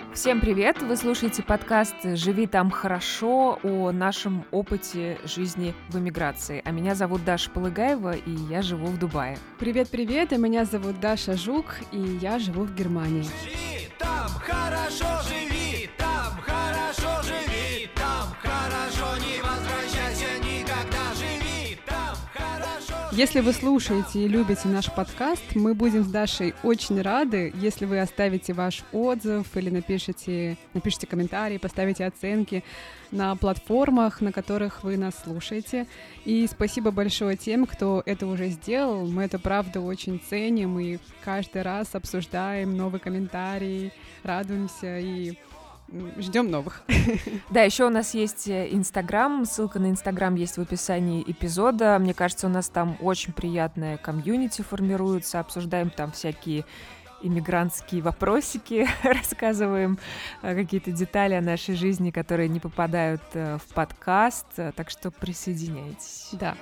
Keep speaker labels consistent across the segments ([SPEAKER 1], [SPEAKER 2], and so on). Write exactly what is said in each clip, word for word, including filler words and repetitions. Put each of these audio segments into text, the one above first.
[SPEAKER 1] Всем привет! Вы слушаете подкаст «Живи там хорошо» о нашем опыте жизни в эмиграции. А меня зовут Даша Полыгаева, и я живу в Дубае.
[SPEAKER 2] Привет-привет, и меня зовут Даша Жук, и я живу в Германии.
[SPEAKER 3] Живи там хорошо, живи там хорошо, живи там хорошо, не возвращайся никогда, живи там хорошо.
[SPEAKER 2] Если вы слушаете и любите наш подкаст, мы будем с Дашей очень рады, если вы оставите ваш отзыв или напишите, напишите комментарии, поставите оценки на платформах, на которых вы нас слушаете. И спасибо большое тем, кто это уже сделал. Мы это, правда, очень ценим и каждый раз обсуждаем новые комментарии, радуемся и ждем новых.
[SPEAKER 1] Да, еще у нас есть Инстаграм, ссылка на Инстаграм есть в описании эпизода. Мне кажется, у нас там очень приятная комьюнити формируется, обсуждаем там всякие иммигрантские вопросики, рассказываем какие-то детали о нашей жизни, которые не попадают в подкаст, так что присоединяйтесь.
[SPEAKER 2] Да.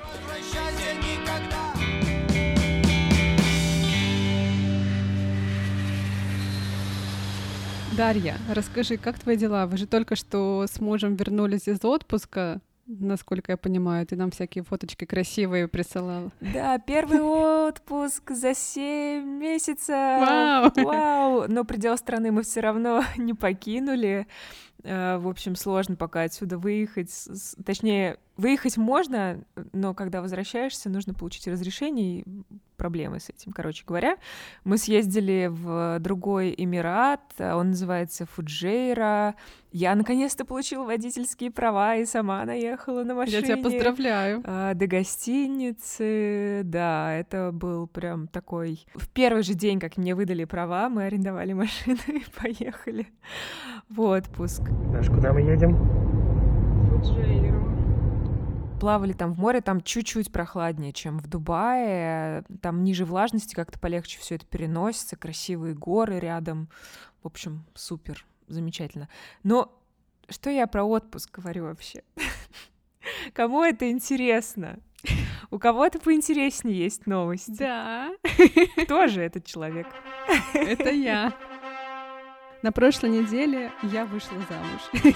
[SPEAKER 2] Дарья, расскажи, как твои дела? Вы же только что с мужем вернулись из отпуска, насколько я понимаю, ты нам всякие фоточки красивые присылала.
[SPEAKER 1] Да, первый отпуск за семь месяцев.
[SPEAKER 2] Вау!
[SPEAKER 1] Вау! Но предел страны мы все равно не покинули. В общем, сложно пока отсюда выехать. Точнее, выехать можно, но когда возвращаешься, нужно получить разрешение, и проблемы с этим. Короче говоря, мы съездили в другой Эмират, он называется Фуджейра. Я наконец-то получила водительские права и сама наехала на машине.
[SPEAKER 2] Я тебя поздравляю.
[SPEAKER 1] До гостиницы. Да, это был прям такой... В первый же день, как мне выдали права, мы арендовали машину и поехали в отпуск.
[SPEAKER 4] Даш, куда мы едем?
[SPEAKER 1] Фуджейру. Плавали там в море, там чуть-чуть прохладнее, чем в Дубае, там ниже влажности, как-то полегче все это переносится, красивые горы рядом, в общем, супер, замечательно. Но что я про отпуск говорю вообще? Кому это интересно? У кого-то поинтереснее есть новости.
[SPEAKER 2] Да.
[SPEAKER 1] Кто же этот человек?
[SPEAKER 2] Это я. На прошлой неделе я вышла замуж.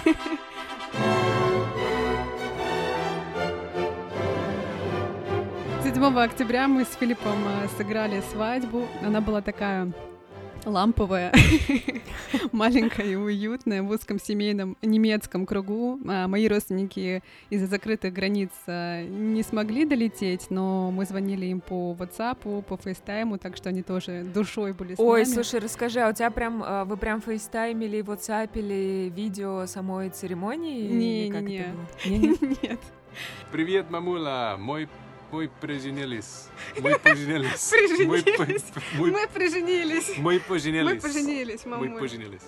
[SPEAKER 2] седьмого октября мы с Филиппом сыграли свадьбу. Она была такая ламповая, маленькая и уютная, в узком семейном немецком кругу. Мои родственники из-за закрытых границ не смогли долететь, но мы звонили им по WhatsApp, по FaceTime, так что они тоже душой были с нами.
[SPEAKER 1] Ой, слушай, расскажи, а у тебя прям, вы прям фейстаймили, ватсапили видео самой церемонии?
[SPEAKER 2] Не-не-не. Нет.
[SPEAKER 5] Привет, мамула, мой Мы поженились. Мы поженились.
[SPEAKER 2] Приженились. Мы приженились.
[SPEAKER 5] Мы поженились.
[SPEAKER 2] Мы поженились, мама.
[SPEAKER 5] Мы поженились.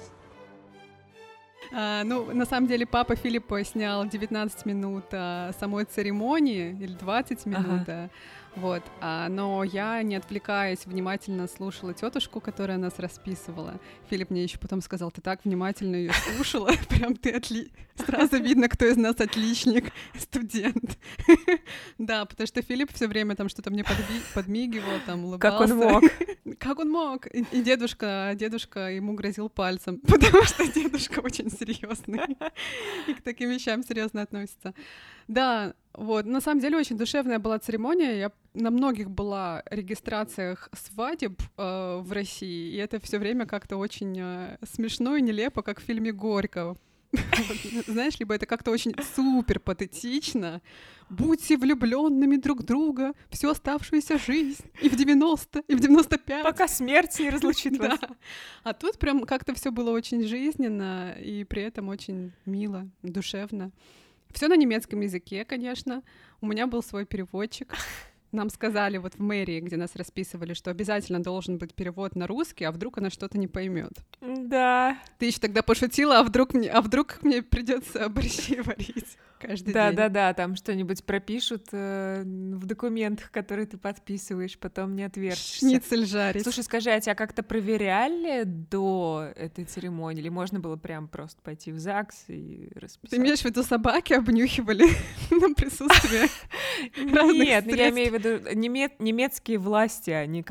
[SPEAKER 2] А, ну, на самом деле, папа Филиппа снял девятнадцать минут а, самой церемонии, или двадцать минут, ага. Вот. А, но я, не отвлекаясь, внимательно слушала тетушку, которая нас расписывала. Филипп мне еще потом сказал: ты так внимательно ее слушала, прям ты отли... Сразу видно, кто из нас отличник, студент. Да, потому что Филипп все время там что-то мне подмигивал, там улыбался.
[SPEAKER 1] Как он мог?
[SPEAKER 2] Как он мог? И дедушка, дедушка ему грозил пальцем, потому что дедушка очень серьезный и к таким вещам серьезно относится. Да, вот, на самом деле очень душевная была церемония. Я на многих была регистрациях свадеб э, в России, и это все время как-то очень э, смешно и нелепо, как в фильме «Горько». Знаешь, либо это как-то очень супер патетично. Будьте влюбленными друг в друга всю оставшуюся жизнь, и в девяносто, и в девяносто пять.
[SPEAKER 1] Пока смерть не разлучит вас.
[SPEAKER 2] Да. А тут прям как-то все было очень жизненно и при этом очень мило, душевно. Все на немецком языке, конечно. У меня был свой переводчик. Нам сказали вот в мэрии, где нас расписывали, что обязательно должен быть перевод на русский, а вдруг она что-то не поймет.
[SPEAKER 1] Да.
[SPEAKER 2] Ты еще тогда пошутила, а вдруг мне, а вдруг мне придется борщи варить каждый
[SPEAKER 1] да,
[SPEAKER 2] день.
[SPEAKER 1] Да, да, да, там что-нибудь пропишут э, в документах, которые ты подписываешь, потом не отвертишься.
[SPEAKER 2] Шницель жарить.
[SPEAKER 1] Слушай, скажи, а тебя как-то проверяли до этой церемонии, или можно было прям просто пойти в ЗАГС и расписать?
[SPEAKER 2] Ты имеешь в виду, собаки обнюхивали на присутствие разных
[SPEAKER 1] Нет,
[SPEAKER 2] средств?
[SPEAKER 1] я имею в виду немецкие власти, они как-то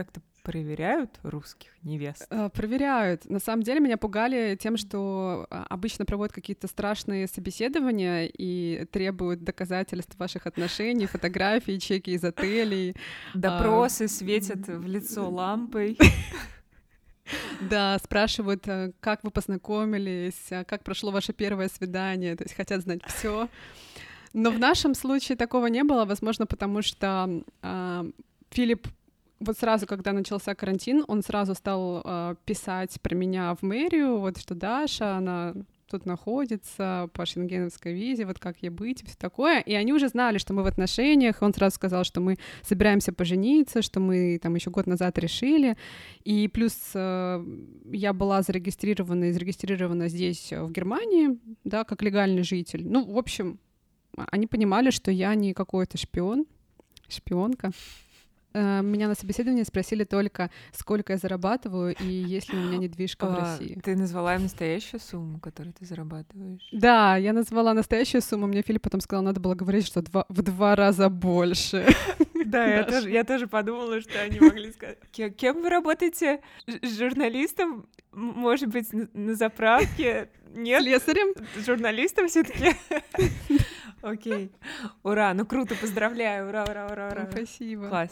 [SPEAKER 1] проверяют русских невест?
[SPEAKER 2] Э, Проверяют. На самом деле меня пугали тем, что а, обычно проводят какие-то страшные собеседования и требуют доказательств ваших отношений, фотографий, чеки из отелей.
[SPEAKER 1] Допросы светят в лицо лампой.
[SPEAKER 2] Да, спрашивают, э, как вы познакомились, а как прошло ваше первое свидание, то есть хотят знать все. Но в нашем случае такого не было, возможно, потому что а, Филипп вот сразу, когда начался карантин, он сразу стал а, писать про меня в мэрию, вот что Даша, она тут находится по шенгеновской визе, вот как ей быть и все такое. И они уже знали, что мы в отношениях, и он сразу сказал, что мы собираемся пожениться, что мы там еще год назад решили. И плюс э, я была зарегистрирована и зарегистрирована здесь, в Германии, да, как легальный житель. Ну, в общем, они понимали, что я не какой-то шпион, шпионка. Меня на собеседовании спросили только, сколько я зарабатываю и есть ли у меня недвижка в России.
[SPEAKER 1] Ты назвала им настоящую сумму, которую ты зарабатываешь?
[SPEAKER 2] Да, я назвала настоящую сумму. Мне Филипп потом сказал, надо было говорить, что два, в два раза больше.
[SPEAKER 1] Да, я тоже, я тоже подумала, что они могли сказать. Кем вы работаете? Ж- журналистом? М- Может быть, на, на заправке? Нет?
[SPEAKER 2] Слесарем?
[SPEAKER 1] Журналистом все-таки? Окей. Ура, ну круто, поздравляю. Ура, ура, ура, ура.
[SPEAKER 2] Спасибо.
[SPEAKER 1] Класс.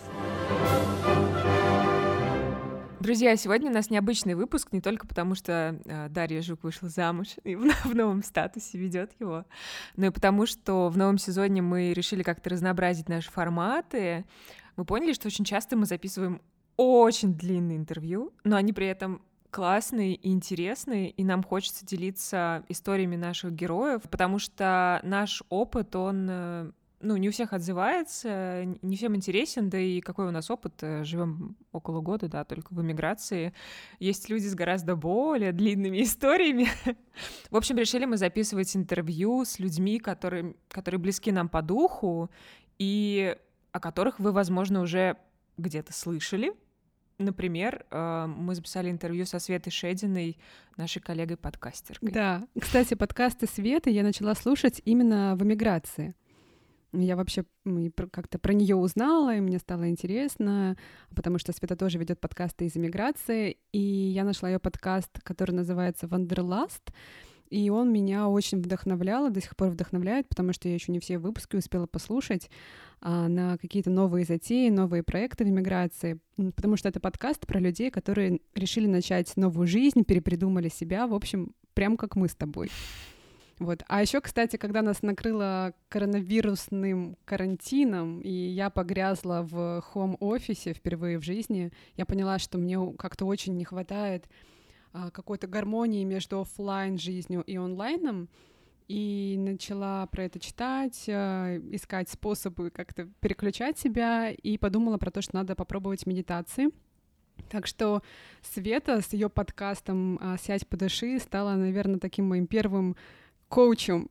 [SPEAKER 1] Друзья, сегодня у нас необычный выпуск, не только потому, что э, Дарья Жук вышла замуж и в, в новом статусе ведет его, но и потому, что в новом сезоне мы решили как-то разнообразить наши форматы. Мы поняли, что очень часто мы записываем очень длинные интервью, но они при этом классные и интересные, и нам хочется делиться историями наших героев, потому что наш опыт, он, э, ну, не у всех отзывается, не всем интересен, да и какой у нас опыт, живем около года, да, только в эмиграции. Есть люди с гораздо более длинными историями. В общем, решили мы записывать интервью с людьми, которые, которые близки нам по духу, и о которых вы, возможно, уже где-то слышали. Например, мы записали интервью со Светой Шединой, нашей коллегой-подкастеркой.
[SPEAKER 2] Да, кстати, подкасты Светы я начала слушать именно в эмиграции. Я вообще как-то про нее узнала, и мне стало интересно, потому что Света тоже ведет подкасты из эмиграции, и я нашла ее подкаст, который называется «Вандерласт», и он меня очень вдохновлял, и до сих пор вдохновляет, потому что я еще не все выпуски успела послушать а, на какие-то новые затеи, новые проекты в эмиграции, потому что это подкаст про людей, которые решили начать новую жизнь, перепридумали себя, в общем, прям как мы с тобой. Вот. А еще, кстати, когда нас накрыло коронавирусным карантином, и я погрязла в хоум-офисе впервые в жизни, я поняла, что мне как-то очень не хватает а, какой-то гармонии между офлайн жизнью и онлайном, и начала про это читать, а, искать способы как-то переключать себя, и подумала про то, что надо попробовать медитации. Так что Света с ее подкастом «Сядь, подыши» стала, наверное, таким моим первым коучем,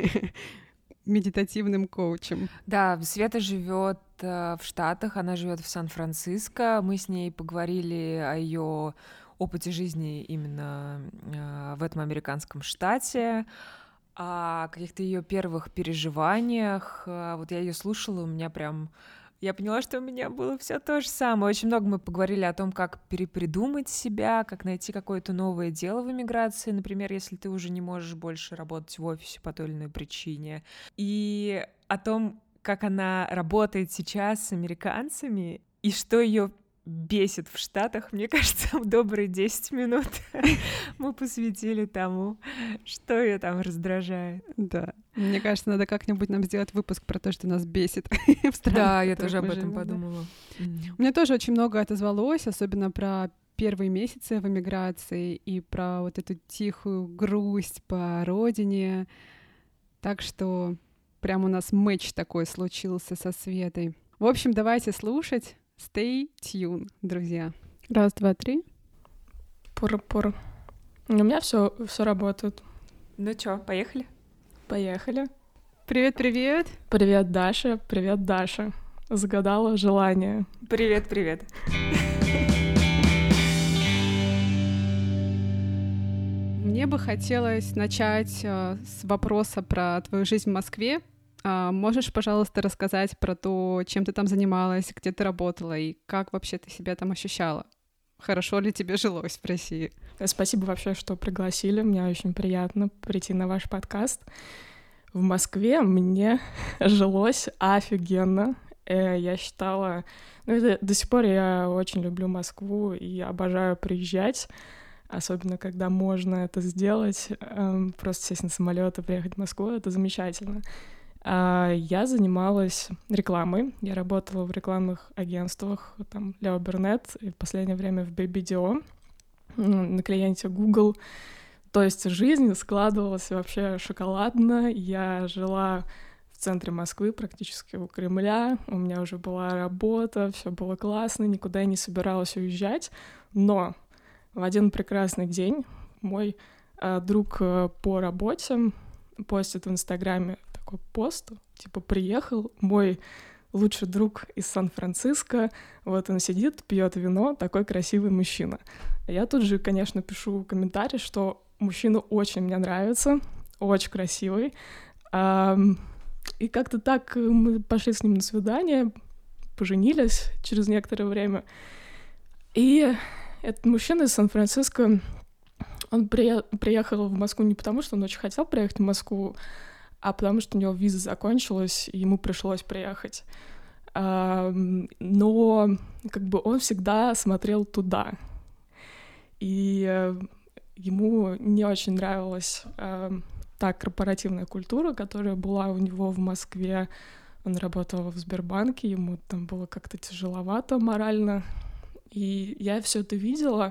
[SPEAKER 2] медитативным коучем.
[SPEAKER 1] Да, Света живет э, в Штатах, она живет в Сан-Франциско. Мы с ней поговорили о ее опыте жизни именно э, в этом американском штате, о каких-то ее первых переживаниях. Э, вот я ее слушала, у меня прям я поняла, что у меня было все то же самое. Очень много мы поговорили о том, как перепридумать себя, как найти какое-то новое дело в эмиграции, например, если ты уже не можешь больше работать в офисе по той или иной причине. И о том, как она работает сейчас с американцами, и что ее бесит в Штатах. Мне кажется, добрые десять минут мы посвятили тому, что ее там раздражает.
[SPEAKER 2] Да. Мне кажется, надо как-нибудь нам сделать выпуск про то, что нас бесит в странах.
[SPEAKER 1] Да, я тоже об этом подумала.
[SPEAKER 2] У меня тоже очень много отозвалось, особенно про первые месяцы в эмиграции и про вот эту тихую грусть по родине. Так что прям у нас матч такой случился со Светой. В общем, давайте слушать. Stay tuned, друзья. Раз, два, три.
[SPEAKER 4] Пур-пур. У меня все все работает.
[SPEAKER 1] Ну чё, поехали?
[SPEAKER 4] Поехали.
[SPEAKER 2] Привет-привет.
[SPEAKER 4] Привет, Даша. Привет, Даша. Загадала желание.
[SPEAKER 1] Привет-привет.
[SPEAKER 2] Мне бы хотелось начать э, с вопроса про твою жизнь в Москве. А можешь, пожалуйста, рассказать про то, чем ты там занималась, где ты работала и как вообще ты себя там ощущала? хорошо ли тебе жилось в России.
[SPEAKER 4] Спасибо вообще, что пригласили. Мне очень приятно прийти на ваш подкаст. В Москве мне жилось офигенно. Я считала... Ну, это, до сих пор я очень люблю Москву и обожаю приезжать, особенно когда можно это сделать. Просто сесть на самолет и приехать в Москву — это замечательно. Я занималась рекламой. Я работала в рекламных агентствах, там, Leo Burnett, и в последнее время в Baby.dio, на клиенте Google. То есть жизнь складывалась вообще шоколадно. Я жила в центре Москвы, практически у Кремля. У меня уже была работа, все было классно, никуда я не собиралась уезжать. Но в один прекрасный день мой э, друг э, по работе постит в Инстаграме такой пост, типа «Приехал мой лучший друг из Сан-Франциско, вот он сидит, пьет вино, такой красивый мужчина». Я тут же, конечно, пишу комментарий, что мужчина очень мне нравится, очень красивый. И как-то так мы пошли с ним на свидание, поженились через некоторое время. И этот мужчина из Сан-Франциско, он при... приехал в Москву не потому, что он очень хотел приехать в Москву, а потому что у него виза закончилась, и ему пришлось приехать. Но как бы он всегда смотрел туда. И ему не очень нравилась э, та корпоративная культура, которая была у него в Москве. Он работал в Сбербанке, ему там было как-то тяжеловато морально. И я все это видела,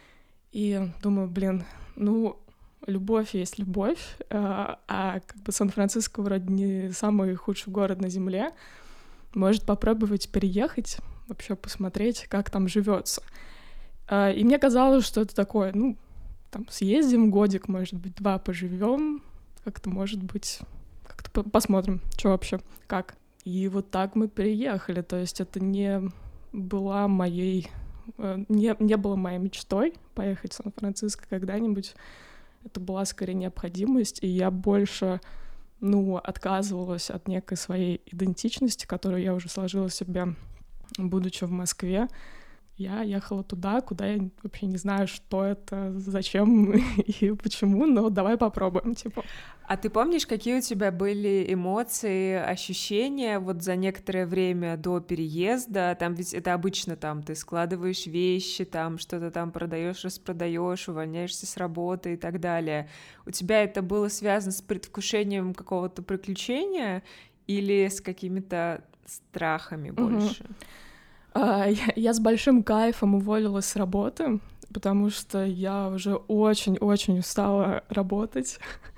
[SPEAKER 4] и думаю, блин, ну, любовь есть любовь, э, а как бы Сан-Франциско вроде не самый худший город на земле. Может попробовать переехать, вообще посмотреть, как там живется. Э, и мне казалось, что это такое, ну, там съездим годик, может быть, два поживем, как-то, может быть, как-то посмотрим, что вообще, как. И вот так мы переехали, то есть это не была моей, не, не было моей мечтой поехать в Сан-Франциско когда-нибудь, это была скорее необходимость, и я больше, ну, отказывалась от некой своей идентичности, которую я уже сложила себе, будучи в Москве. Я ехала туда, куда я вообще не знаю, что это, зачем и почему, но давай попробуем, типа.
[SPEAKER 1] А ты помнишь, какие у тебя были эмоции, ощущения вот за некоторое время до переезда? Там ведь это обычно там ты складываешь вещи, там что-то там продаешь, распродаешь, увольняешься с работы и так далее. У тебя это было связано с предвкушением какого-то приключения или с какими-то страхами больше?
[SPEAKER 4] Угу. Uh, я, я с большим кайфом уволилась с работы, потому что я уже очень-очень устала работать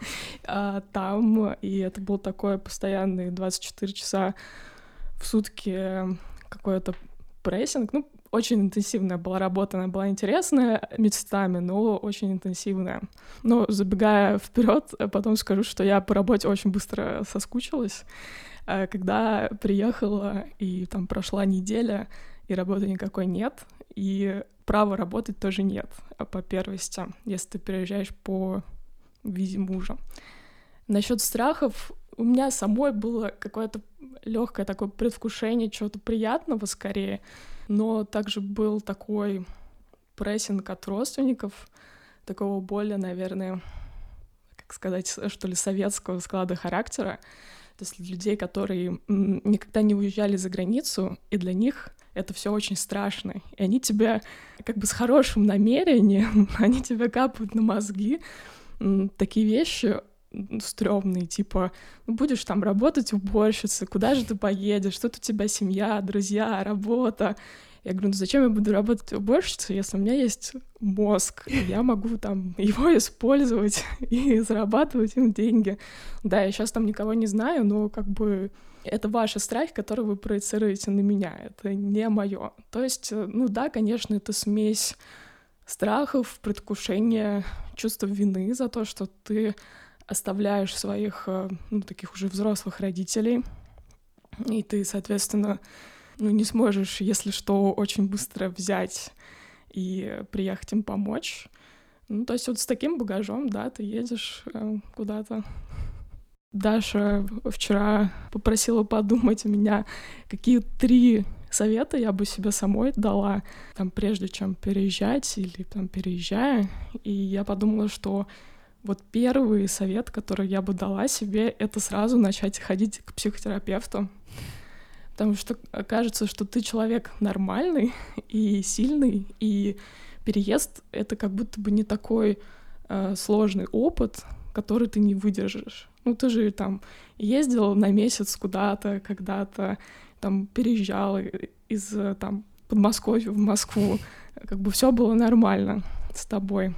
[SPEAKER 4] uh, там, и это был такой постоянный двадцать четыре часа в сутки какой-то прессинг. Ну, очень интенсивная была работа, она была интересная местами, но очень интенсивная. Но забегая вперед, потом скажу, что я по работе очень быстро соскучилась. Когда приехала, и там прошла неделя, и работы никакой нет, и права работать тоже нет по первости, если ты переезжаешь по визе мужа. Насчет страхов у меня самой было какое-то легкое такое предвкушение чего-то приятного скорее, но также был такой прессинг от родственников, такого более, наверное, как сказать, что ли, советского склада характера. То есть людей, которые никогда не уезжали за границу, и для них это все очень страшно. И они тебя как бы с хорошим намерением, они тебя капают на мозги. Такие вещи стрёмные, типа, ну, будешь там работать уборщицей, куда же ты поедешь, тут у тебя семья, друзья, работа. Я говорю, ну зачем я буду работать уборщицей, если у меня есть мозг, и я могу там его использовать и зарабатывать им деньги. Да, я сейчас там никого не знаю, но как бы это ваши страхи, которые вы проецируете на меня, это не мое. То есть, ну да, конечно, это смесь страхов, предвкушения, чувства вины за то, что ты оставляешь своих, ну, таких уже взрослых родителей, и ты, соответственно, ну, не сможешь, если что, очень быстро взять и приехать им помочь. Ну, то есть вот с таким багажом, да, ты едешь э, куда-то. Даша вчера попросила подумать у меня, какие три совета я бы себе самой дала, там, прежде чем переезжать или там переезжая. И я подумала, что вот первый совет, который я бы дала себе, это сразу начать ходить к психотерапевту. Потому что кажется, что ты человек нормальный и сильный, и переезд — это как будто бы не такой э, сложный опыт, который ты не выдержишь. Ну, ты же там ездил на месяц куда-то, когда-то, там, переезжал из там, Подмосковья в Москву. Как бы все было нормально с тобой.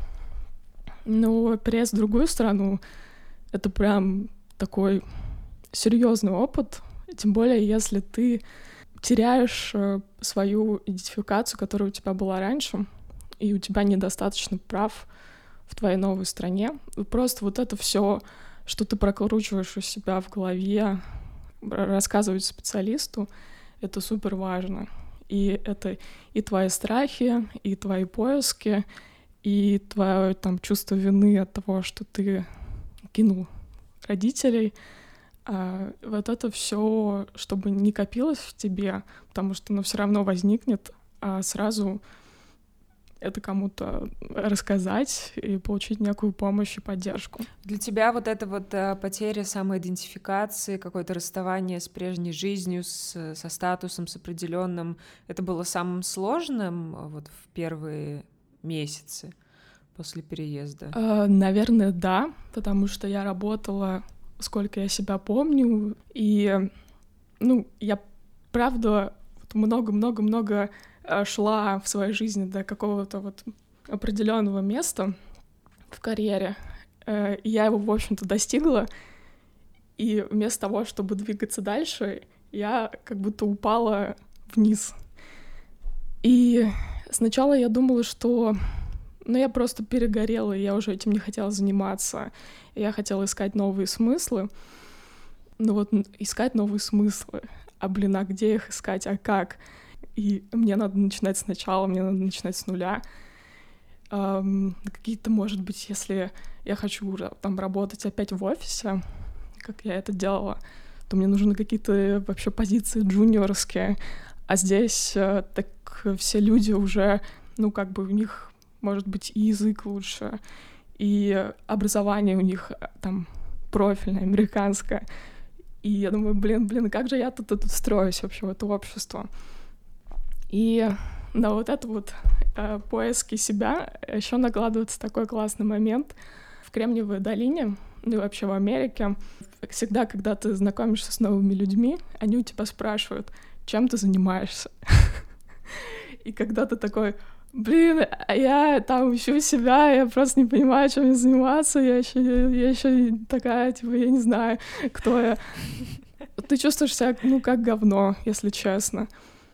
[SPEAKER 4] Но переезд в другую страну — это прям такой серьезный опыт, тем более если ты теряешь свою идентификацию, которая у тебя была раньше, и у тебя недостаточно прав в твоей новой стране. Просто вот это все, что ты прокручиваешь у себя в голове, рассказывать специалисту, это супер важно. И это и твои страхи, и твои поиски, и твое там чувство вины от того, что ты кинул родителей. А вот это все, чтобы не копилось в тебе, потому что оно все равно возникнет, а сразу это кому-то рассказать и получить некую помощь и поддержку.
[SPEAKER 1] Для тебя вот эта вот а, потеря самоидентификации, какое-то расставание с прежней жизнью, с, со статусом, с определенным, это было самым сложным вот в первые месяцы после переезда?
[SPEAKER 4] А, наверное, да, потому что я работала, сколько я себя помню, и, ну, я, правда, много-много-много шла в своей жизни до какого-то вот определенного места в карьере. И я его, в общем-то, достигла, и вместо того, чтобы двигаться дальше, я как будто упала вниз. И сначала я думала, что ну, я просто перегорела, и я уже этим не хотела заниматься. И я хотела искать новые смыслы. Ну вот искать новые смыслы. А, блин, а где их искать, а как? И мне надо начинать сначала, мне надо начинать с нуля. Эм, какие-то, может быть, если я хочу там работать опять в офисе, как я это делала, то мне нужны какие-то вообще позиции джуниорские. А здесь э, так все люди уже, ну, как бы у них, может быть, и язык лучше, и образование у них там профильное, американское. И я думаю, блин, блин, как же я тут, тут строюсь вообще в это общество? И на вот это вот э, поиски себя еще накладывается такой классный момент. В Кремниевой долине, ну и вообще в Америке, всегда, когда ты знакомишься с новыми людьми, они у тебя спрашивают, чем ты занимаешься. И когда ты такой, блин, я там ищу себя, я просто не понимаю, чем мне заниматься, я еще, я еще такая, типа, я не знаю, кто я. Ты чувствуешь себя, ну, как говно, если честно.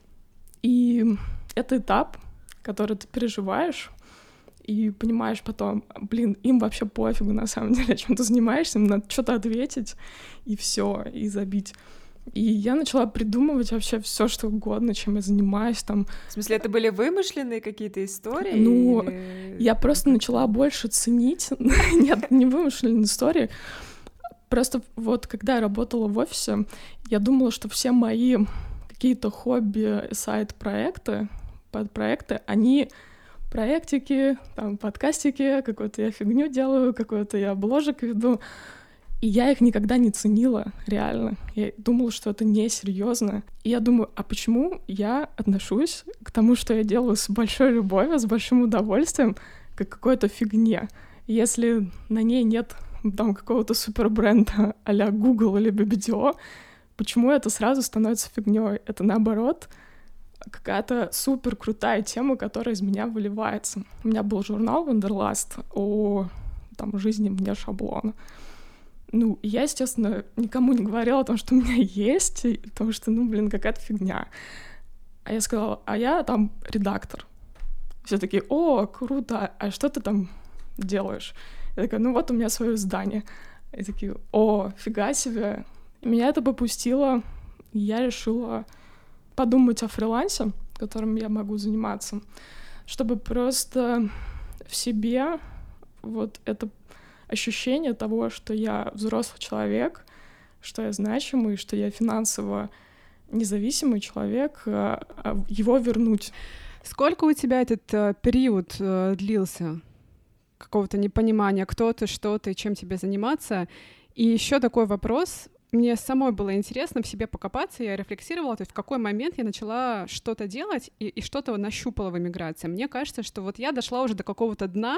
[SPEAKER 4] И это этап, который ты переживаешь, и понимаешь потом, блин, им вообще пофигу, на самом деле, чем ты занимаешься, им надо что-то ответить, и все, и забить. И я начала придумывать вообще все, что угодно, чем я занимаюсь там.
[SPEAKER 1] В смысле, это были вымышленные какие-то истории?
[SPEAKER 4] Ну,
[SPEAKER 1] или...
[SPEAKER 4] я просто начала больше ценить. Нет, не вымышленные истории. Просто вот когда я работала в офисе, я думала, что все мои какие-то хобби, сайт-проекты, подпроекты, они проектики, там, подкастики, какую-то я фигню делаю, какой-то я бложек веду. И я их никогда не ценила, реально. Я думала, что это несерьезно. И я думаю, а почему я отношусь к тому, что я делаю с большой любовью, с большим удовольствием, как к какой-то фигне? Если на ней нет там какого-то супербренда а-ля Google или би би ди о, почему это сразу становится фигней? Это наоборот какая-то супер крутая тема, которая из меня выливается. У меня был журнал Wanderlust о там, жизни вне шаблона. Ну, я, естественно, никому не говорила о том, что у меня есть, потому что, ну, блин, какая-то фигня. А я сказала, а я там редактор. Все такие, о, круто, а что ты там делаешь? Я такая, ну вот у меня свое издание. И такие, о, фига себе. И меня это попустило, и я решила подумать о фрилансе, которым я могу заниматься, чтобы просто в себе вот это ощущение того, что я взрослый человек, что я значимый, что я финансово независимый человек, его вернуть.
[SPEAKER 2] Сколько у тебя этот э, период э, длился? Какого-то непонимания, кто ты, что ты, чем тебе заниматься? И еще такой вопрос. Мне самой было интересно в себе покопаться, я рефлексировала, то есть в какой момент я начала что-то делать и, и что-то нащупала в эмиграции. Мне кажется, что вот я дошла уже до какого-то дна,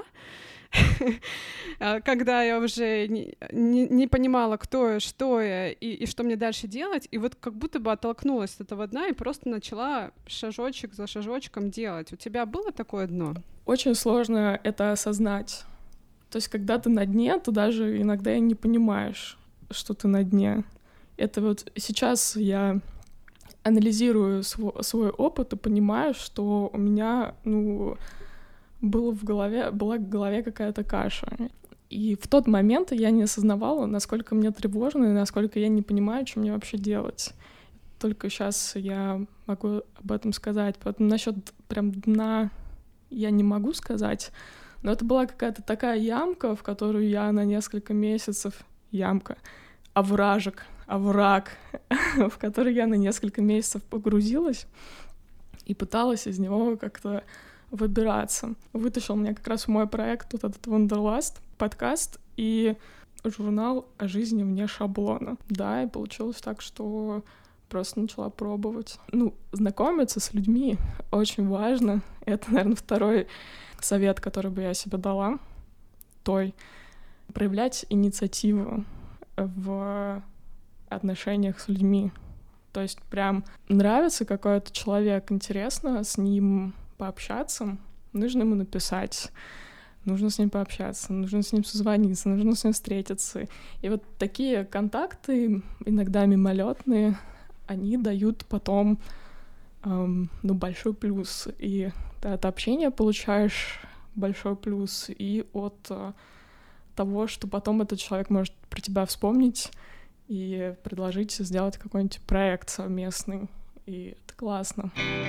[SPEAKER 2] когда я уже не, не, не понимала, кто я, что я и, и что мне дальше делать, и вот как будто бы оттолкнулась от этого дна и просто начала шажочек за шажочком делать. У тебя было такое дно?
[SPEAKER 4] Очень сложно это осознать. То есть когда ты на дне, ты даже иногда и не понимаешь, что ты на дне. Это вот сейчас я анализирую свой, свой опыт и понимаю, что у меня, ну, было в голове, была в голове какая-то каша. И в тот момент я не осознавала, насколько мне тревожно и насколько я не понимаю, что мне вообще делать. Только сейчас я могу об этом сказать. Поэтому насчет прям дна я не могу сказать, но это была какая-то такая ямка, в которую я на несколько месяцев... Ямка. Овражек, овраг, в который я на несколько месяцев погрузилась и пыталась из него как-то выбираться. Вытащил меня как раз в мой проект вот этот Wanderlust подкаст и журнал о жизни вне шаблона. Да, и получилось так, что просто начала пробовать. Ну, знакомиться с людьми очень важно. Это, наверное, второй совет, который бы я себе дала. Той. Проявлять инициативу в отношениях с людьми. То есть прям нравится какой-то человек, интересно с ним пообщаться, нужно ему написать, нужно с ним пообщаться, нужно с ним созвониться, нужно с ним встретиться. И вот такие контакты, иногда мимолетные, они дают потом эм, ну, большой плюс. И ты от общения получаешь большой плюс, и от э, того, что потом этот человек может про тебя вспомнить и предложить сделать какой-нибудь проект совместный. И это классно.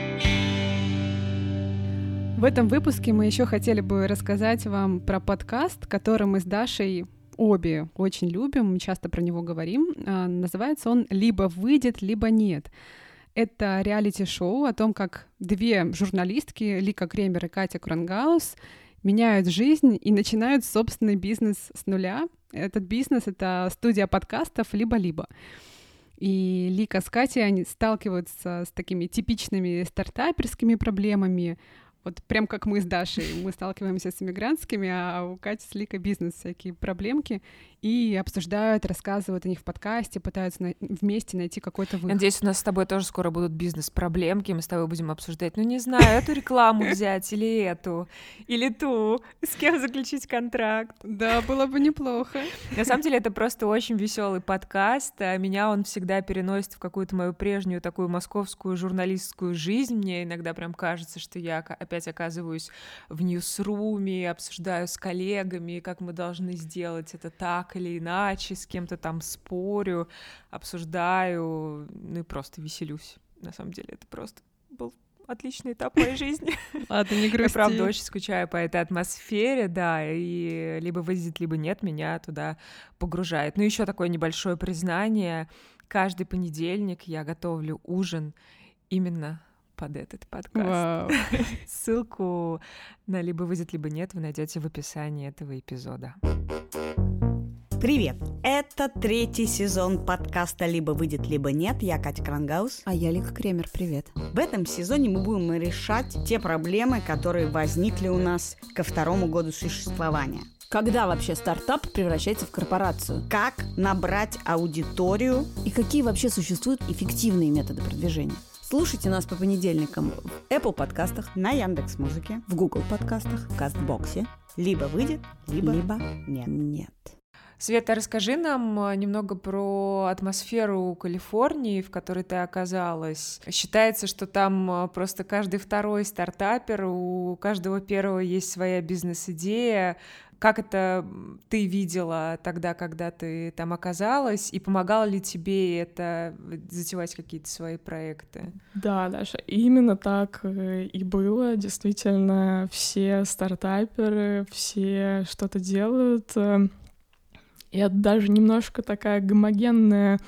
[SPEAKER 2] В этом выпуске мы еще хотели бы рассказать вам про подкаст, который мы с Дашей обе очень любим, мы часто про него говорим. Называется он «Либо выйдет, либо нет». Это реалити-шоу о том, как две журналистки, Лика Кремер и Катя Крангаус, меняют жизнь и начинают собственный бизнес с нуля. Этот бизнес — это студия подкастов «Либо-либо». И Лика с Катей, они сталкиваются с такими типичными стартаперскими проблемами, вот прям как мы с Дашей, мы сталкиваемся с иммигрантскими, а у Кати с Ликой бизнес, всякие проблемки, и обсуждают, рассказывают о них в подкасте, пытаются на... вместе найти какой-то выход.
[SPEAKER 1] Надеюсь, у нас с тобой тоже скоро будут бизнес-проблемки, мы с тобой будем обсуждать, ну не знаю, эту рекламу взять или эту, или ту, с кем заключить контракт.
[SPEAKER 2] Да, было бы неплохо.
[SPEAKER 1] На самом деле это просто очень веселый подкаст, а меня он всегда переносит в какую-то мою прежнюю такую московскую журналистскую жизнь, мне иногда прям кажется, что я опять оказываюсь в ньюсруме, обсуждаю с коллегами, как мы должны сделать это так или иначе, с кем-то там спорю, обсуждаю, ну и просто веселюсь. На самом деле это просто был отличный этап моей жизни.
[SPEAKER 2] Ладно, не грусти.
[SPEAKER 1] Я, правда, очень скучаю по этой атмосфере, да, и либо выйдет, либо нет, меня туда погружает. Ну, еще такое небольшое признание. Каждый понедельник я готовлю ужин именно под этот подкаст.
[SPEAKER 2] Вау.
[SPEAKER 1] Ссылку на «Либо выйдет, либо нет» вы найдете в описании этого эпизода.
[SPEAKER 6] Привет! Это третий сезон подкаста «Либо выйдет, либо нет». Я Катя Крангаус.
[SPEAKER 7] А я Лика Кремер. Привет.
[SPEAKER 6] В этом сезоне мы будем решать те проблемы, которые возникли у нас ко второму году существования.
[SPEAKER 7] Когда вообще стартап превращается в корпорацию?
[SPEAKER 6] Как набрать аудиторию?
[SPEAKER 7] И какие вообще существуют эффективные методы продвижения? Слушайте нас по понедельникам в Apple подкастах,
[SPEAKER 6] На Яндекс.Музыке,
[SPEAKER 7] в Google подкастах, в Кастбоксе.
[SPEAKER 6] либо выйдет, либо,
[SPEAKER 7] Либо
[SPEAKER 6] нет.
[SPEAKER 7] нет.
[SPEAKER 1] Света, расскажи нам немного про атмосферу Калифорнии, в которой ты оказалась. Считается, что там просто каждый второй стартапер, у каждого первого есть своя бизнес-идея. Как это ты видела тогда, когда ты там оказалась, и помогало ли тебе это затевать какие-то свои проекты?
[SPEAKER 4] Да, Даша, именно так и было. Действительно, все стартаперы, все что-то делают. И это даже немножко такая гомогенная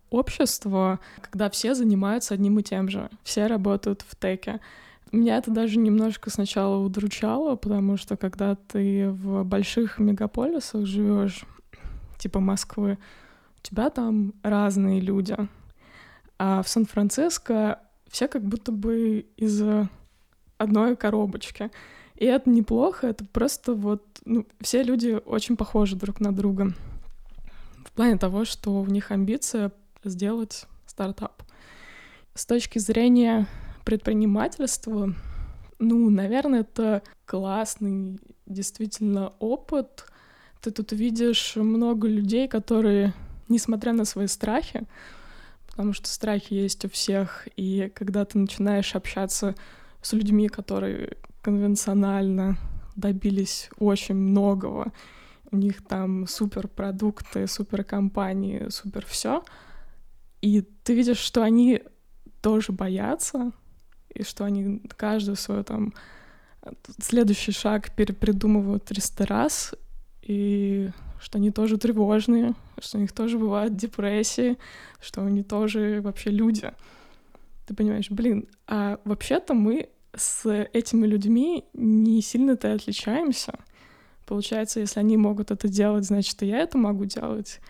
[SPEAKER 4] общество, когда все занимаются одним и тем же, все работают в теке. Меня это даже немножко сначала удручало, потому что когда ты в больших мегаполисах живешь, типа Москвы, у тебя там разные люди. А в Сан-Франциско все как будто бы из одной коробочки. И это неплохо, это просто вот... Ну, все люди очень похожи друг на друга. В плане того, что у них амбиция сделать стартап. С точки зрения предпринимательства, ну, наверное, это классный действительно опыт. Ты тут видишь много людей, которые, несмотря на свои страхи, потому что страхи есть у всех, и когда ты начинаешь общаться с людьми, которые конвенционально добились очень многого, у них там суперпродукты, суперкомпании, супер все, и ты видишь, что они тоже боятся, и что они каждый свой там следующий шаг перепридумывают триста раз, и что они тоже тревожные, что у них тоже бывают депрессии, что они тоже вообще люди. Ты понимаешь, блин, а вообще-то мы с этими людьми не сильно-то отличаемся. Получается, если они могут это делать, значит, и я это могу делать.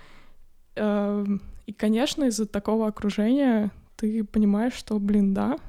[SPEAKER 4] И, конечно, из-за такого окружения ты понимаешь, что, блин, да,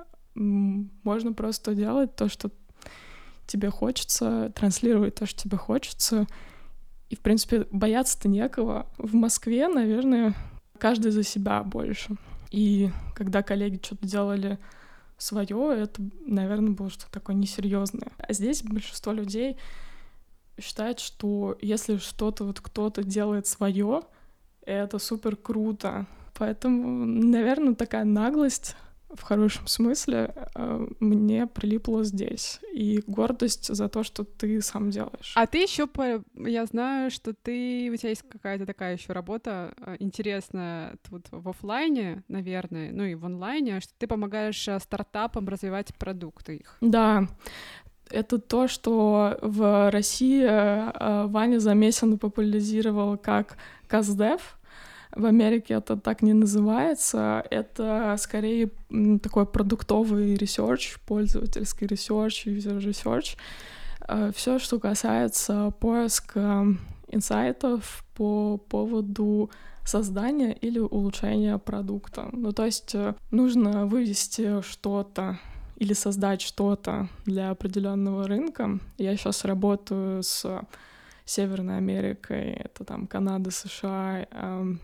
[SPEAKER 4] можно просто делать то, что тебе хочется, транслировать то, что тебе хочется. И, в принципе, бояться-то некого. В Москве, наверное, каждый за себя больше. И когда коллеги что-то делали свое, это, наверное, было что-то такое несерьезное. А здесь большинство людей считает, что если что-то вот кто-то делает свое, это супер круто. Поэтому, наверное, такая наглость в хорошем смысле мне прилипла здесь. И гордость за то, что ты сам делаешь.
[SPEAKER 2] А ты еще, по... я знаю, что ты, у тебя есть какая-то такая еще работа интересная тут в офлайне, наверное, ну и в онлайне, что ты помогаешь стартапам развивать продукты их.
[SPEAKER 4] Да. Это то, что в России Ваня Замесин популяризировал как КазДев. В Америке это так не называется. Это скорее такой продуктовый ресерч, пользовательский ресерч, user research. Все, что касается поиска инсайтов по поводу создания или улучшения продукта. Ну, то есть нужно вывести что-то или создать что-то для определенного рынка. Я сейчас работаю с Северной Америкой, это там Канада, США э,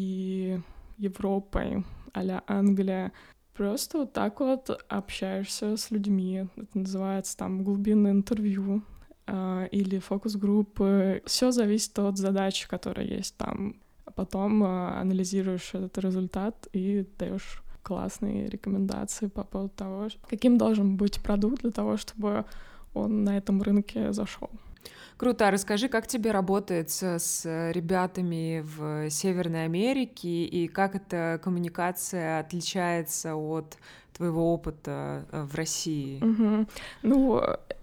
[SPEAKER 4] и Европой, а-ля Англия. Просто вот так вот общаешься с людьми. Это называется там глубинное интервью э, или фокус-группы. Все зависит от задачи, которая есть там. А потом э, анализируешь этот результат и даешь классные рекомендации по поводу того, каким должен быть продукт для того, чтобы он на этом рынке зашел.
[SPEAKER 1] Круто. А расскажи, как тебе работает с ребятами в Северной Америке и как эта коммуникация отличается от твоего опыта в России?
[SPEAKER 4] Угу. Ну,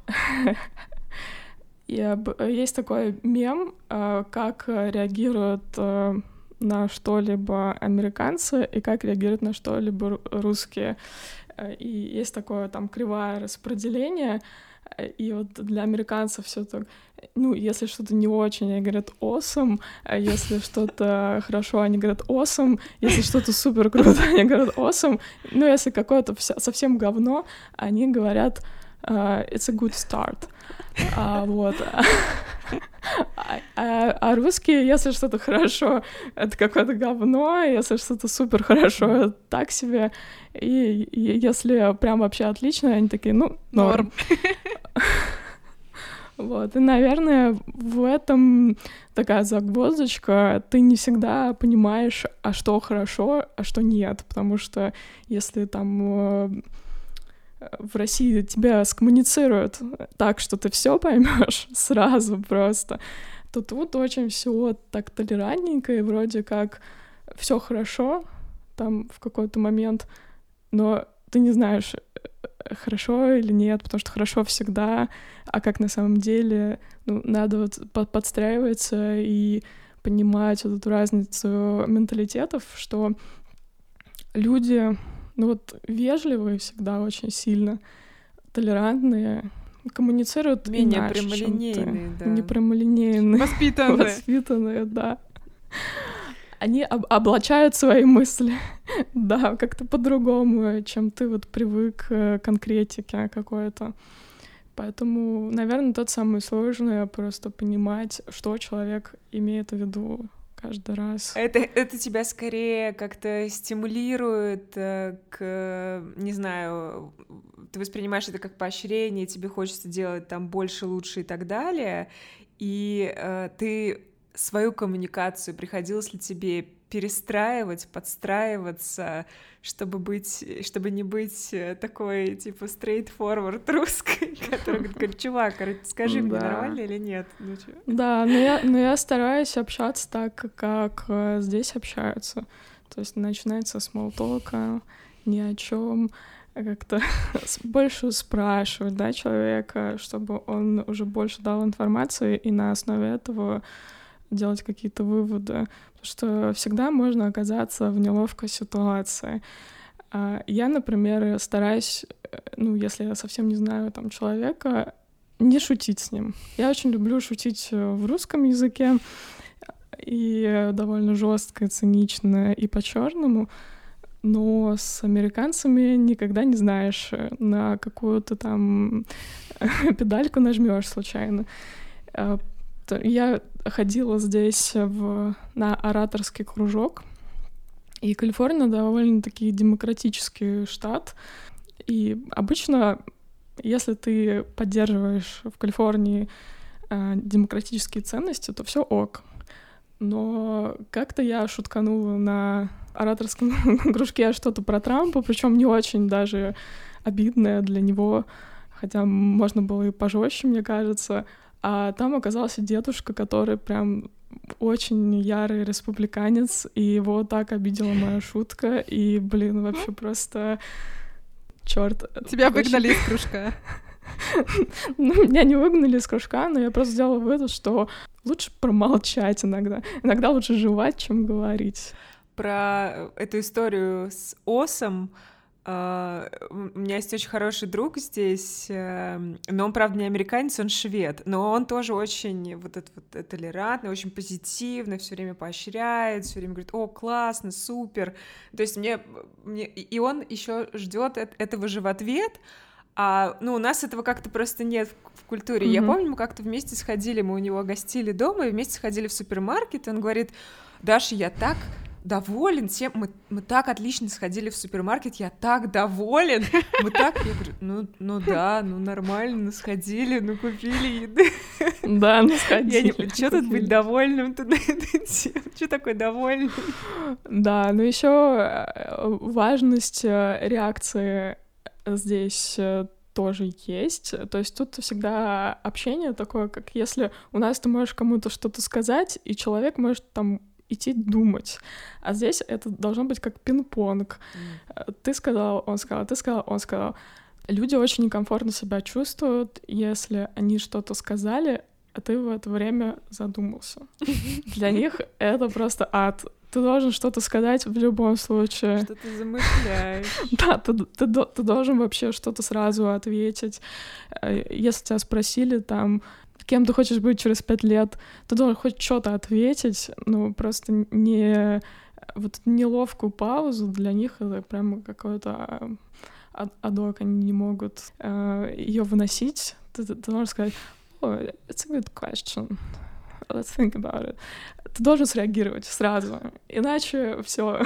[SPEAKER 4] есть такой мем, как реагируют на что-либо американцы и как реагируют на что-либо русские. И есть такое там кривое распределение. И вот для американцев все так, ну, если что-то не очень, они говорят awesome, а если что-то хорошо, они говорят awesome, если что-то супер круто, они говорят awesome, ну, если какое-то совсем говно, они говорят uh, it's a good start. А, вот. А, а, а русские, если что-то хорошо, это какое-то говно, если что-то супер хорошо, это так себе, и, и если прям вообще отлично, они такие, ну, норм. Вот, и, наверное, в этом такая загвоздочка, ты не всегда понимаешь, а что хорошо, а что нет, потому что если там в России тебя скоммуницируют так, что ты все поймешь сразу просто, то тут очень все так толерантненько, и вроде как все хорошо там в какой-то момент, но ты не знаешь, хорошо или нет, потому что хорошо всегда, а как на самом деле, ну, надо вот подстраиваться и понимать вот эту разницу менталитетов, что люди, ну вот, вежливые всегда очень сильно, толерантные, коммуницируют
[SPEAKER 1] менее
[SPEAKER 4] иначе,
[SPEAKER 1] прямолинейные, да.
[SPEAKER 4] Не прямолинейные.
[SPEAKER 2] Воспитанные.
[SPEAKER 4] Воспитанные, да. Они об- облачают свои мысли, да, как-то по-другому, чем ты вот привык к конкретике какой-то. Поэтому, наверное, тот самый сложный — просто понимать, что человек имеет в виду каждый раз.
[SPEAKER 1] Это, это тебя скорее как-то стимулирует э, к, не знаю, ты воспринимаешь это как поощрение, тебе хочется делать там больше, лучше и так далее, и э, ты свою коммуникацию, приходилось ли тебе перестраивать, подстраиваться, чтобы быть, чтобы не быть такой, типа, straightforward русской, которая говорит: чувак, скажи мне,
[SPEAKER 4] Да.
[SPEAKER 1] нормально или нет? Ну, чё?
[SPEAKER 4] Да, но я, но я стараюсь общаться так, как э, здесь общаются. То есть начинается с смолтока, ни о чем, как-то больше спрашивать, да, человека, чтобы он уже больше дал информации, и на основе этого делать какие-то выводы, потому что всегда можно оказаться в неловкой ситуации. Я, например, стараюсь, ну, если я совсем не знаю там человека, не шутить с ним. Я очень люблю шутить в русском языке, и довольно жестко, цинично и по-черному, но с американцами никогда не знаешь, на какую-то там педальку нажмешь случайно. Я ходила здесь в, на ораторский кружок, и Калифорния довольно-таки демократический штат, и обычно, если ты поддерживаешь в Калифорнии э, демократические ценности, то все ок. Но как-то я шутканула на ораторском кружке что-то про Трампа, причем не очень даже обидное для него, хотя можно было и пожестче, мне кажется. А там оказался дедушка, который прям очень ярый республиканец, и его так обидела моя шутка, и, блин, вообще просто чёрт.
[SPEAKER 2] Тебя выгнали из кружка.
[SPEAKER 4] Ну, меня не выгнали из кружка, но я просто сделала вывод, что лучше промолчать иногда. Иногда лучше жевать, чем говорить.
[SPEAKER 1] Про эту историю с осом. Uh, у меня есть очень хороший друг здесь, uh, но он, правда, не американец, он швед, но он тоже очень вот этот вот толерантный, очень позитивный, все время поощряет, все время говорит: о, классно, супер. То есть мне, мне... и он еще ждет этого же в ответ. А, ну, у нас этого как-то просто нет в, в культуре. Mm-hmm. Я помню, мы как-то вместе сходили, мы у него гостили дома, и вместе сходили в супермаркет, и он говорит: Даша, я так доволен всем, мы, мы так отлично сходили в супермаркет, я так доволен, мы так, я говорю, ну, ну да, ну нормально, ну сходили, ну купили еды.
[SPEAKER 4] Да, ну сходили.
[SPEAKER 1] Я не... Что тут быть довольным? Что такое довольный?
[SPEAKER 4] Да, но еще важность реакции здесь тоже есть. То есть тут всегда общение такое, как если у нас ты можешь кому-то что-то сказать, и человек может там идти думать. А здесь это должно быть как пинг-понг. Mm. Ты сказал, он сказал, ты сказал, он сказал. Люди очень некомфортно себя чувствуют, если они что-то сказали, а ты в это время задумался. Для них это просто ад. Ты должен что-то сказать в любом случае.
[SPEAKER 1] Что ты замышляешь.
[SPEAKER 4] Да, ты, ты, ты должен вообще что-то сразу ответить. Если тебя спросили там, кем ты хочешь быть через пять лет, ты должен хоть что-то ответить, ну, просто не... Вот неловкую паузу для них это прямо какой-то адок, они не могут э, ее выносить. Ты, ты, ты должен сказать: oh, it's a good question. Let's think about it. Ты должен среагировать сразу, иначе все,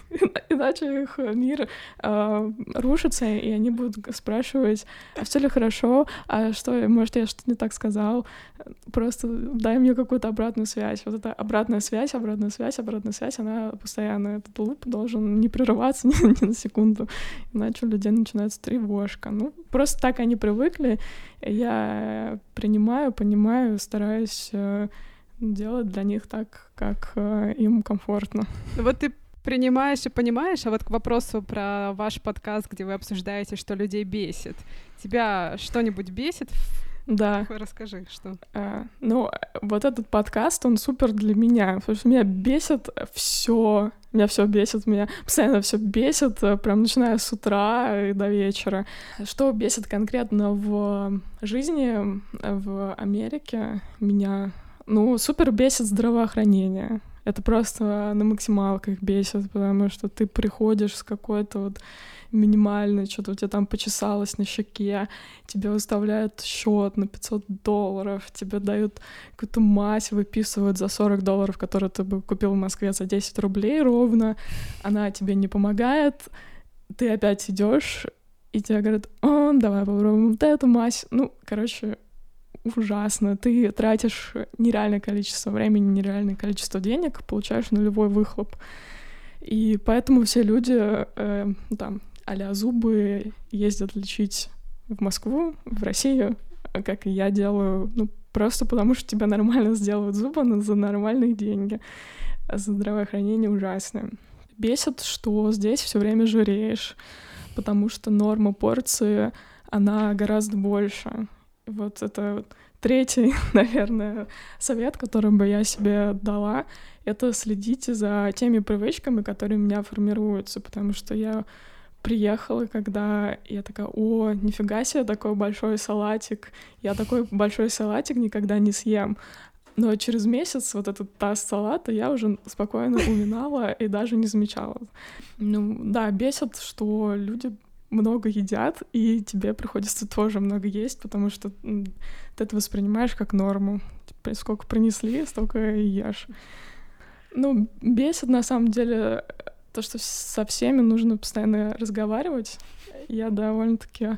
[SPEAKER 4] иначе их мир э, рушится, и они будут спрашивать: а все ли хорошо, а что, может, я что-то не так сказал, просто дай мне какую-то обратную связь. Вот эта обратная связь, обратная связь, обратная связь, она постоянно, этот луп должен не прерываться ни, ни на секунду, иначе у людей начинается тревожка. Ну, просто так они привыкли, я принимаю, понимаю, стараюсь э, делать для них так, как э, им комфортно.
[SPEAKER 2] Вот ты принимаешь и понимаешь, а вот к вопросу про ваш подкаст, где вы обсуждаете, что людей бесит. Тебя что-нибудь бесит
[SPEAKER 4] Да.
[SPEAKER 2] Расскажи, что.
[SPEAKER 4] А, ну, вот этот подкаст, он супер для меня, потому что меня бесит все, меня все бесит, меня постоянно все бесит, прям начиная с утра и до вечера. Что бесит конкретно в жизни в Америке меня? Ну, супер бесит здравоохранение. Это просто на максималках бесит, потому что ты приходишь с какой-то вот минимальной, что-то у тебя там почесалось на щеке, тебе выставляют счет на пятьсот долларов, тебе дают какую-то мазь, выписывают за сорок долларов, которую ты бы купил в Москве за десять рублей ровно, она тебе не помогает, ты опять идешь, и тебе говорят: о, давай попробуем вот эту мазь. Ну, короче, ужасно. Ты тратишь нереальное количество времени, нереальное количество денег, получаешь нулевой выхлоп. И поэтому все люди, э, там, а-ля зубы ездят лечить в Москву, в Россию, как и я делаю, ну, просто потому что тебя нормально сделают зубы, но за нормальные деньги. А за здравоохранение ужасное. Бесит, что здесь все время жиреешь, потому что норма порции, она гораздо больше. Вот это третий, наверное, совет, который бы я себе дала, это следите за теми привычками, которые у меня формируются, потому что я приехала, когда я такая: о, нифига себе, такой большой салатик, я такой большой салатик никогда не съем. Но через месяц вот этот таз салата я уже спокойно уминала и даже не замечала. Ну да, бесит, что люди много едят, и тебе приходится тоже много есть, потому что ты это воспринимаешь как норму. Сколько принесли, столько и ешь. Ну, бесит на самом деле то, что со всеми нужно постоянно разговаривать. Я довольно-таки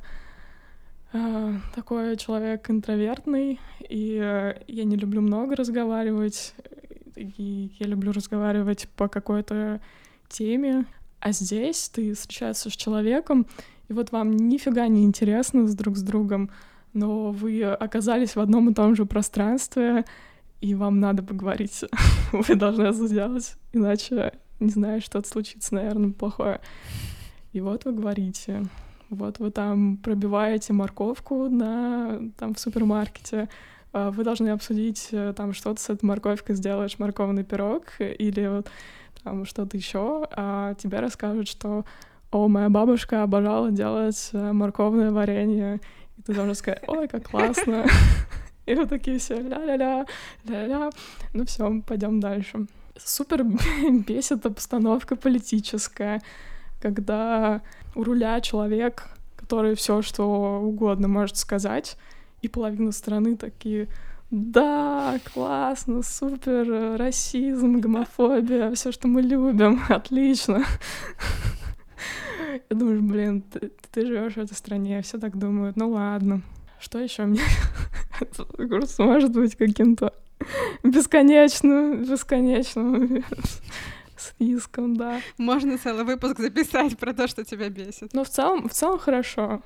[SPEAKER 4] э, такой человек интровертный, и э, я не люблю много разговаривать, и я люблю разговаривать по какой-то теме. А здесь ты встречаешься с человеком, и вот вам нифига не интересно с друг с другом, но вы оказались в одном и том же пространстве, и вам надо поговорить. Вы должны это сделать, иначе, не знаю, что-то случится, наверное, плохое. И вот вы говорите. Вот вы там пробиваете морковку на, там, в супермаркете, вы должны обсудить там что-то с этой морковкой, сделаешь морковный пирог или вот там что-то еще, а тебе расскажут, что: о, моя бабушка обожала делать морковное варенье, и ты должен сказать: ой, как классно. И вот такие все ля-ля-ля, ля-ля. Ну все, пойдем дальше. Супер бесит обстановка политическая, когда у руля человек, который все что угодно может сказать, и половина страны такие: да, классно, супер, расизм, гомофобия, все, что мы любим, отлично. Я думаю, блин, ты, ты живешь в этой стране, все так думают, ну ладно. Что еще мне? Это курс может быть каким-то бесконечным, бесконечным списком, да.
[SPEAKER 2] Можно целый выпуск записать про то, что тебя бесит.
[SPEAKER 4] Ну, в целом, в целом хорошо.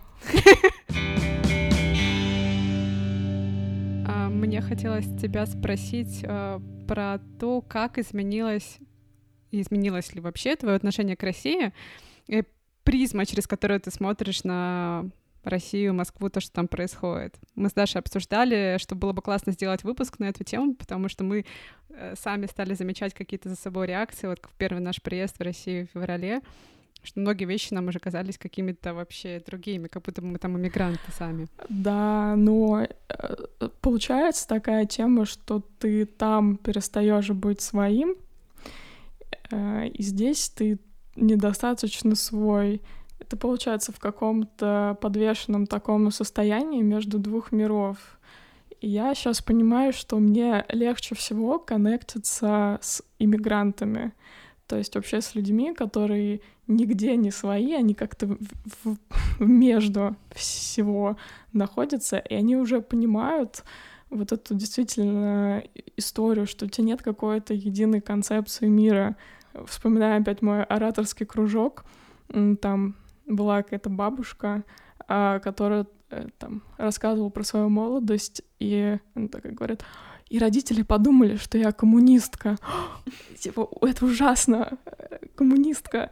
[SPEAKER 2] Мне хотелось тебя спросить э, про то, как изменилось, изменилось ли вообще твое отношение к России, и призма, через которую ты смотришь на Россию, Москву, то, что там происходит. Мы с Дашей обсуждали, что было бы классно сделать выпуск на эту тему, потому что мы э, сами стали замечать какие-то за собой реакции, вот в первый наш приезд в Россию в феврале, что многие вещи нам уже казались какими-то вообще другими, как будто бы мы там иммигранты сами.
[SPEAKER 4] Да, но получается такая тема, что ты там перестаешь быть своим, и здесь ты недостаточно свой. Это получается в каком-то подвешенном таком состоянии между двух миров. И я сейчас понимаю, что мне легче всего коннектиться с иммигрантами. То есть вообще с людьми, которые нигде не свои, они как-то в, в, между всего находятся, и они уже понимают вот эту действительно историю, что у тебя нет какой-то единой концепции мира. Вспоминаю опять мой ораторский кружок, там была какая-то бабушка, которая там рассказывала про свою молодость, и она такая говорит: и родители подумали, что я коммунистка. Типа, это ужасно, коммунистка.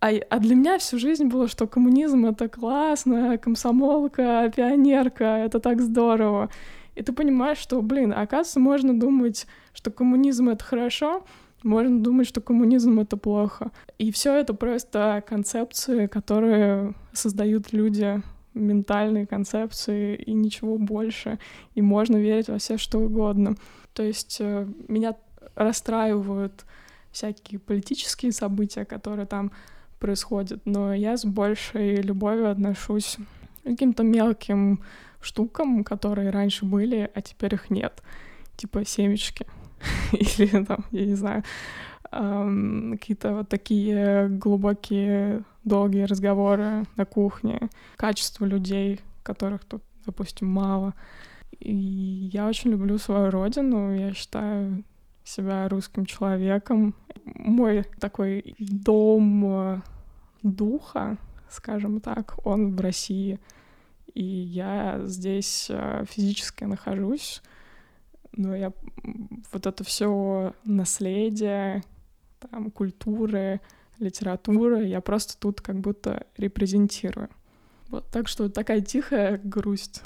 [SPEAKER 4] А, а для меня всю жизнь было, что коммунизм — это классно, комсомолка, пионерка, это так здорово. И ты понимаешь, что, блин, оказывается, можно думать, что коммунизм — это хорошо, можно думать, что коммунизм — это плохо. И все это просто концепции, которые создают люди, ментальные концепции, и ничего больше. И можно верить во все что угодно. То есть э, меня расстраивают всякие политические события, которые там происходят, но я с большей любовью отношусь к каким-то мелким штукам, которые раньше были, а теперь их нет. Типа семечки. Или там, я не знаю, эм, какие-то вот такие глубокие, долгие разговоры на кухне, качество людей, которых тут, допустим, мало. И я очень люблю свою родину, я считаю себя русским человеком. Мой такой дом духа, скажем так, он в России. И я здесь физически нахожусь, но я вот это все наследие, там, культуры, литературы, я просто тут как будто репрезентирую. Вот, так что такая тихая грусть.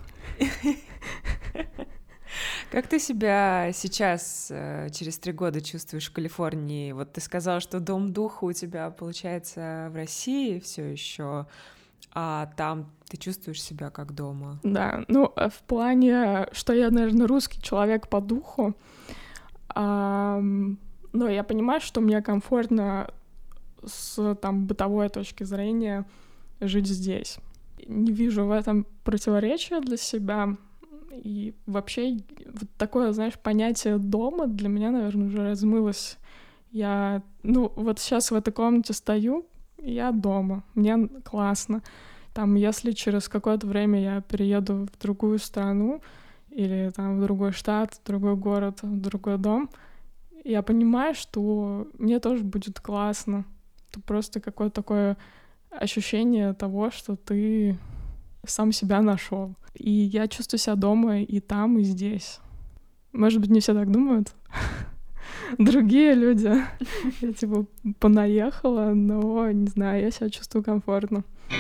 [SPEAKER 1] Как ты себя сейчас, через три года, чувствуешь в Калифорнии? Вот ты сказала, что дом духа у тебя, получается, в России все еще, а там ты чувствуешь себя как дома?
[SPEAKER 4] Да, ну, в плане, что я, наверное, русский человек по духу, а, но я понимаю, что мне комфортно с там бытовой точки зрения жить здесь. Не вижу в этом противоречия для себя. И вообще вот такое, знаешь, понятие дома для меня, наверное, уже размылось. Я, ну, вот сейчас в этой комнате стою, и я дома, мне классно. Там, если через какое-то время я перееду в другую страну или там в другой штат, в другой город, в другой дом, я понимаю, что мне тоже будет классно. Это просто какое-то такое ощущение того, что ты сам себя нашел. И я чувствую себя дома и там, и здесь. Может быть, не все так думают. Другие люди. Я типа понаехала, но, не знаю, я себя чувствую комфортно.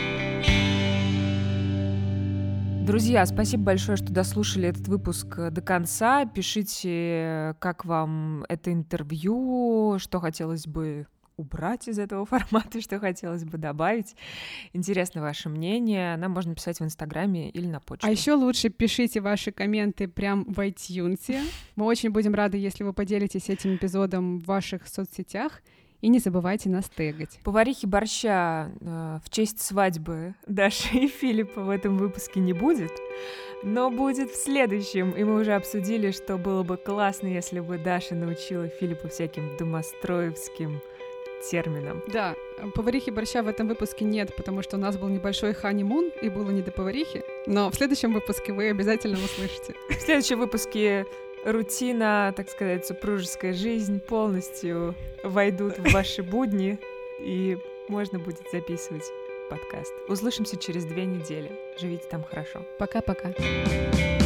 [SPEAKER 1] Друзья, спасибо большое, что дослушали этот выпуск до конца. Пишите, как вам это интервью, что хотелось бы убрать из этого формата, что хотелось бы добавить. Интересно ваше мнение. Нам можно писать в Инстаграме или на почту.
[SPEAKER 2] А еще лучше пишите ваши комменты прям в iTunes. Мы очень будем рады, если вы поделитесь этим эпизодом в ваших соцсетях. И не забывайте нас тегать.
[SPEAKER 1] Поварихи борща э, в честь свадьбы Даши и Филиппа в этом выпуске не будет, но будет в следующем. И мы уже обсудили, что было бы классно, если бы Даша научила Филиппа всяким домостроевским терминам.
[SPEAKER 2] Да, поварихи борща в этом выпуске нет, потому что у нас был небольшой ханимун, и было не до поварихи. Но в следующем выпуске вы обязательно услышите.
[SPEAKER 1] В следующем выпуске рутина, так сказать, супружеская жизнь полностью войдут в ваши будни, и можно будет записывать подкаст. Услышимся через две недели. Живите там хорошо.
[SPEAKER 2] Пока-пока.